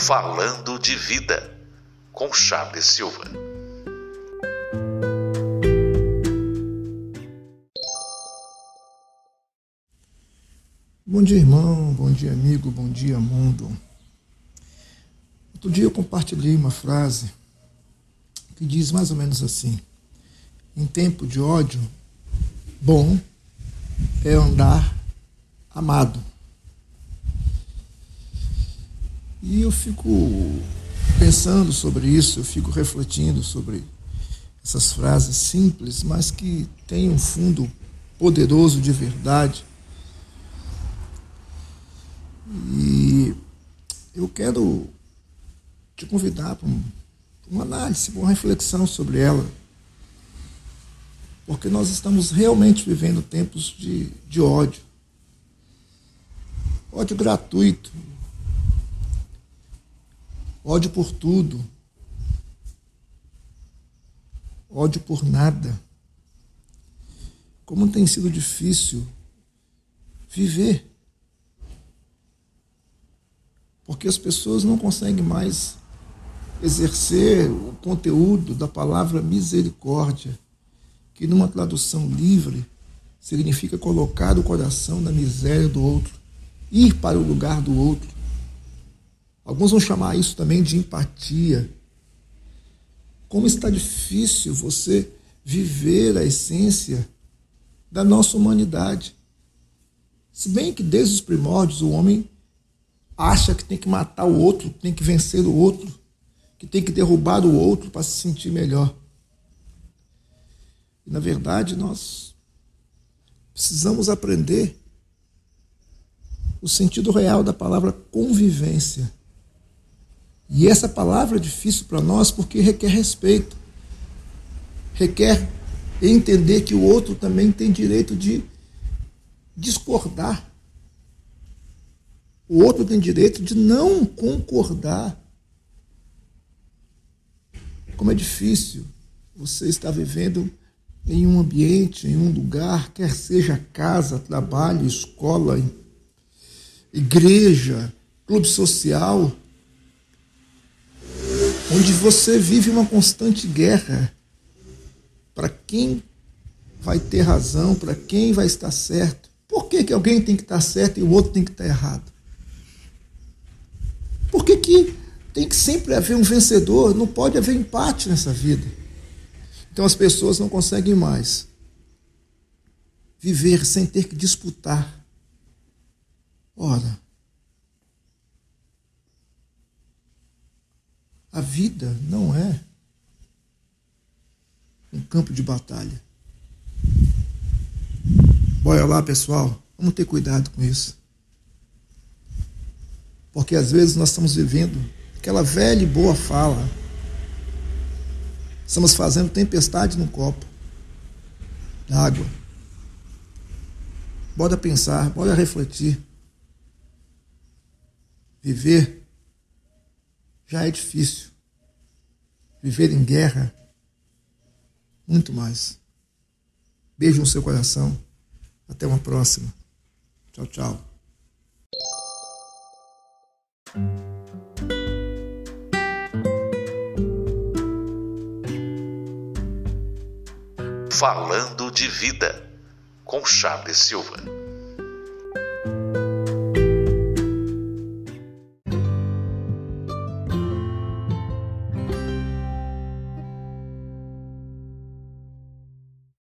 Falando de Vida, com Charles Silva. Bom dia, irmão, bom dia, amigo, bom dia, mundo. Outro dia eu compartilhei uma frase que diz mais ou menos assim: em tempo de ódio, bom é andar amado. E eu fico pensando sobre isso, eu fico refletindo sobre essas frases simples, mas que têm um fundo poderoso de verdade. E eu quero te convidar para uma análise, para uma reflexão sobre ela, porque nós estamos realmente vivendo tempos de ódio. Ódio gratuito. Ódio por tudo. Ódio por nada. Como tem sido difícil viver. Porque as pessoas não conseguem mais exercer o conteúdo da palavra misericórdia, que numa tradução livre significa colocar o coração na miséria do outro, ir para o lugar do outro. Alguns vão chamar isso também de empatia. Como está difícil você viver a essência da nossa humanidade. Se bem que desde os primórdios o homem acha que tem que matar o outro, que tem que vencer o outro, que tem que derrubar o outro para se sentir melhor. E, na verdade, nós precisamos aprender o sentido real da palavra convivência. E essa palavra é difícil para nós porque requer respeito. Requer entender que o outro também tem direito de discordar. O outro tem direito de não concordar. Como é difícil você estar vivendo em um ambiente, em um lugar, quer seja casa, trabalho, escola, igreja, clube social, onde você vive uma constante guerra para quem vai ter razão, para quem vai estar certo. Por que alguém tem que estar certo e o outro tem que estar errado? Por que tem que sempre haver um vencedor? Não pode haver empate nessa vida. Então as pessoas não conseguem mais viver sem ter que disputar. Ora, a vida não é um campo de batalha. Bora lá, pessoal, vamos ter cuidado com isso. Porque às vezes nós estamos vivendo aquela velha e boa fala. Estamos fazendo tempestade num copo d'água. Bora pensar, bora refletir. Viver já é difícil. Viver em guerra, muito mais. Beijo no seu coração. Até uma próxima. Tchau, tchau. Falando de Vida, com Charles Silva.